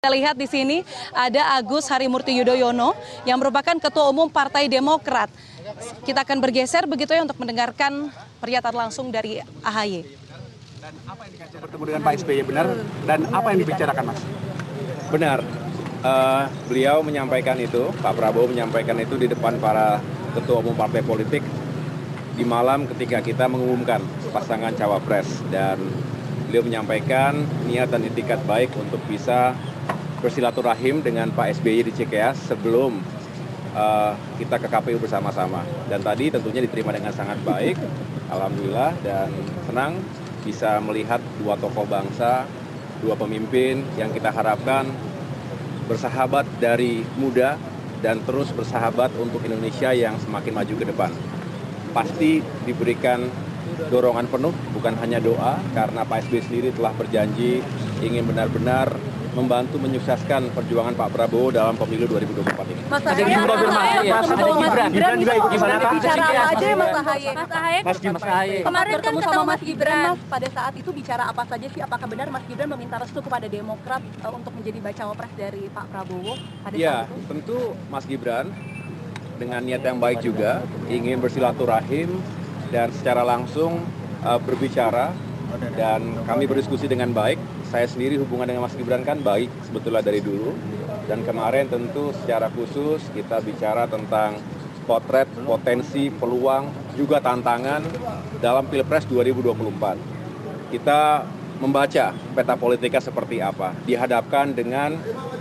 Kita lihat di sini ada Agus Harimurti Yudhoyono yang merupakan Ketua Umum Partai Demokrat. Kita akan bergeser begitu ya untuk mendengarkan pernyataan langsung dari AHY. Dan apa yang dikasih bertemu dengan Pak SBY benar dan apa yang dibicarakan, Mas? Benar, beliau menyampaikan itu, Pak Prabowo menyampaikan itu di depan para ketua umum partai politik di malam ketika kita mengumumkan pasangan cawapres, dan beliau menyampaikan niat dan itikat baik untuk bisa bersilaturahim dengan Pak SBY di Cikeas sebelum kita ke KPU bersama-sama. Dan tadi tentunya diterima dengan sangat baik, alhamdulillah, dan senang bisa melihat dua tokoh bangsa, dua pemimpin yang kita harapkan bersahabat dari muda dan terus bersahabat untuk Indonesia yang semakin maju ke depan. Pasti diberikan dorongan penuh, bukan hanya doa, karena Pak SBY sendiri telah berjanji ingin benar-benar membantu menyukseskan perjuangan Pak Prabowo dalam pemilu 2024 ini. Mas Ahaye, Gibran juga ikut gimana Pak? Bicara apa aja Mas Ahaye? Mas Ahaye. Kemarin kan ketemu Mas Gibran, Mas pada saat itu bicara apa saja sih? Apakah benar Mas Gibran meminta restu kepada Demokrat untuk menjadi bacawa pres dari Pak Prabowo pada Ya, saat itu? tentu Mas Gibran dengan niat yang baik juga ingin bersilaturahim dan secara langsung berbicara, dan kami berdiskusi dengan baik. Saya sendiri hubungan dengan Mas Gibran kan baik sebetulnya dari dulu, dan kemarin tentu secara khusus kita bicara tentang potret, potensi, peluang, juga tantangan dalam Pilpres 2024. Kita membaca peta politika seperti apa, dihadapkan dengan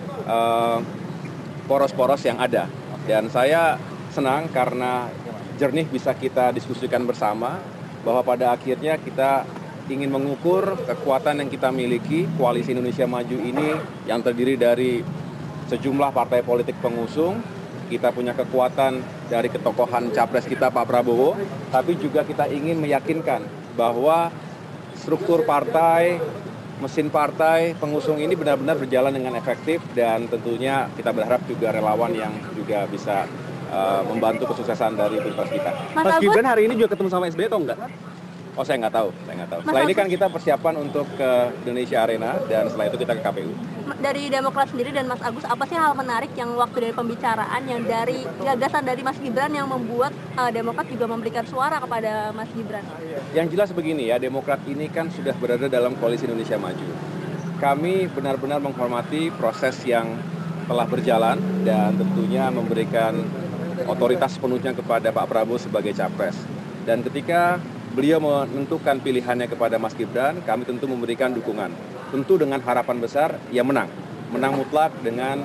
poros-poros yang ada, dan saya senang karena jernih bisa kita diskusikan bersama bahwa pada akhirnya kita ingin mengukur kekuatan yang kita miliki. Koalisi Indonesia Maju ini yang terdiri dari sejumlah partai politik pengusung. Kita punya kekuatan dari ketokohan capres kita Pak Prabowo, tapi juga kita ingin meyakinkan bahwa struktur partai, mesin partai pengusung ini benar-benar berjalan dengan efektif, dan tentunya kita berharap juga relawan yang juga bisa membantu kesuksesan dari pilpres kita. Mas Gibran hari ini juga ketemu sama SBY atau enggak? Oh, saya nggak tahu. Setelah ini kan kita persiapan untuk ke Indonesia Arena, dan setelah itu kita ke KPU. Dari Demokrat sendiri dan Mas Agus, apa sih hal menarik yang waktu dari pembicaraan yang dari gagasan dari Mas Gibran yang membuat Demokrat juga memberikan suara kepada Mas Gibran? Yang jelas begini ya, Demokrat ini kan sudah berada dalam Koalisi Indonesia Maju. Kami benar-benar menghormati proses yang telah berjalan dan tentunya memberikan otoritas sepenuhnya kepada Pak Prabowo sebagai capres. Dan ketika beliau menentukan pilihannya kepada Mas Gibran, kami tentu memberikan dukungan. Tentu dengan harapan besar, ya menang mutlak, dengan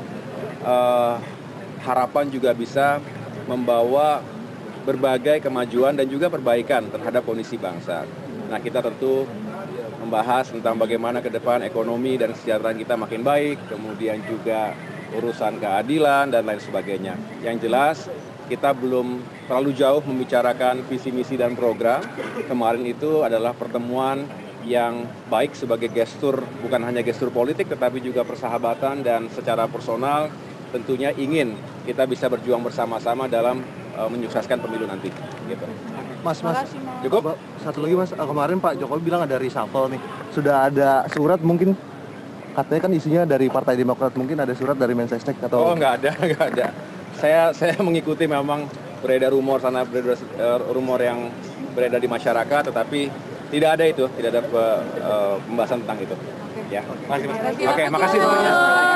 harapan juga bisa membawa berbagai kemajuan dan juga perbaikan terhadap kondisi bangsa. Nah, kita tentu membahas tentang bagaimana ke depan ekonomi dan kesejahteraan kita makin baik, kemudian juga urusan keadilan dan lain sebagainya. Yang jelas, kita belum terlalu jauh membicarakan visi misi dan program. Kemarin itu adalah pertemuan yang baik sebagai gestur, bukan hanya gestur politik tetapi juga persahabatan, dan secara personal tentunya ingin kita bisa berjuang bersama-sama dalam menyukseskan pemilu nanti. Gitu. Mas, Cukup? satu lagi Mas, kemarin Pak Jokowi bilang ada reshuffle nih. Sudah ada surat mungkin, katanya kan isinya dari Partai Demokrat, mungkin ada surat dari Mensesnek atau? Oh, nggak ada. Saya mengikuti, memang beredar rumor sana, rumor yang beredar di masyarakat, tetapi tidak ada pembahasan tentang itu. Ya, Oke, makasih semuanya.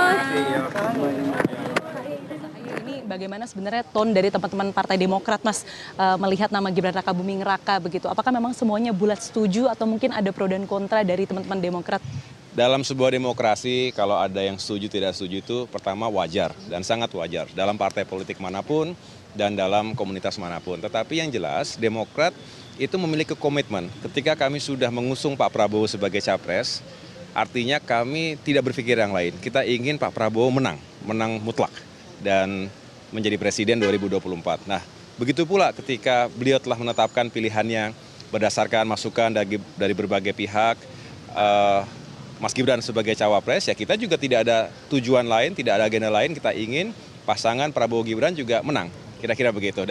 Ini bagaimana sebenarnya tone dari teman-teman Partai Demokrat, Mas, melihat nama Gibran Rakabuming Raka begitu? Apakah memang semuanya bulat setuju atau mungkin ada pro dan kontra dari teman-teman Demokrat? Dalam sebuah demokrasi, kalau ada yang setuju tidak setuju itu pertama wajar dan sangat wajar dalam partai politik manapun dan dalam komunitas manapun. Tetapi yang jelas Demokrat itu memiliki komitmen. Ketika kami sudah mengusung Pak Prabowo sebagai capres, artinya kami tidak berpikir yang lain. Kita ingin Pak Prabowo menang mutlak dan menjadi presiden 2024. Nah, begitu pula ketika beliau telah menetapkan pilihannya berdasarkan masukan dari berbagai pihak, Mas Gibran sebagai cawapres, ya kita juga tidak ada tujuan lain, tidak ada agenda lain. Kita ingin pasangan Prabowo Gibran juga menang, kira-kira begitu. Dan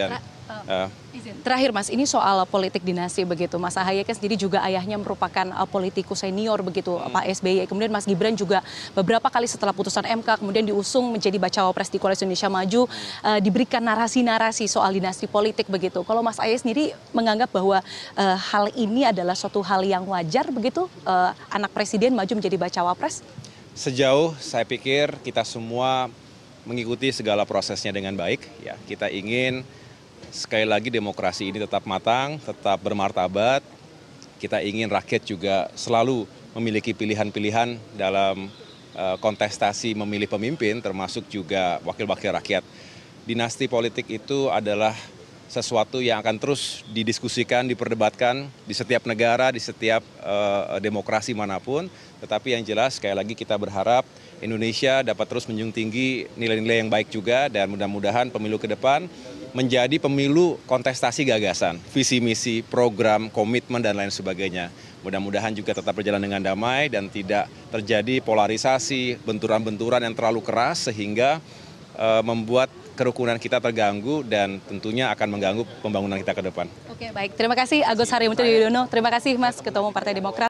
Terakhir Mas, ini soal politik dinasti begitu. Mas Ahaye kan sendiri juga ayahnya merupakan politikus senior begitu, Pak SBY. Kemudian Mas Gibran juga beberapa kali setelah putusan MK kemudian diusung menjadi bacawa pres di Koalisi Indonesia Maju, diberikan narasi-narasi soal dinasti politik begitu. Kalau Mas Ahaye sendiri menganggap bahwa hal ini adalah suatu hal yang wajar begitu, anak presiden maju menjadi bacawa pres? Sejauh saya pikir kita semua mengikuti segala prosesnya dengan baik. Ya, kita ingin sekali lagi demokrasi ini tetap matang, tetap bermartabat. Kita ingin rakyat juga selalu memiliki pilihan-pilihan dalam kontestasi memilih pemimpin, termasuk juga wakil-wakil rakyat. Dinasti politik itu adalah sesuatu yang akan terus didiskusikan, diperdebatkan di setiap negara, di setiap demokrasi manapun. Tetapi yang jelas sekali lagi kita berharap Indonesia dapat terus menjunjung tinggi nilai-nilai yang baik juga, dan mudah-mudahan pemilu ke depan menjadi pemilu kontestasi gagasan, visi misi, program, komitmen, dan lain sebagainya. Mudah-mudahan juga tetap berjalan dengan damai dan tidak terjadi polarisasi, benturan-benturan yang terlalu keras sehingga membuat kerukunan kita terganggu dan tentunya akan mengganggu pembangunan kita ke depan. Oke, baik. Terima kasih Agus Harimurti Yudhoyono. Terima kasih Mas Ketua Umum Partai Demokrat.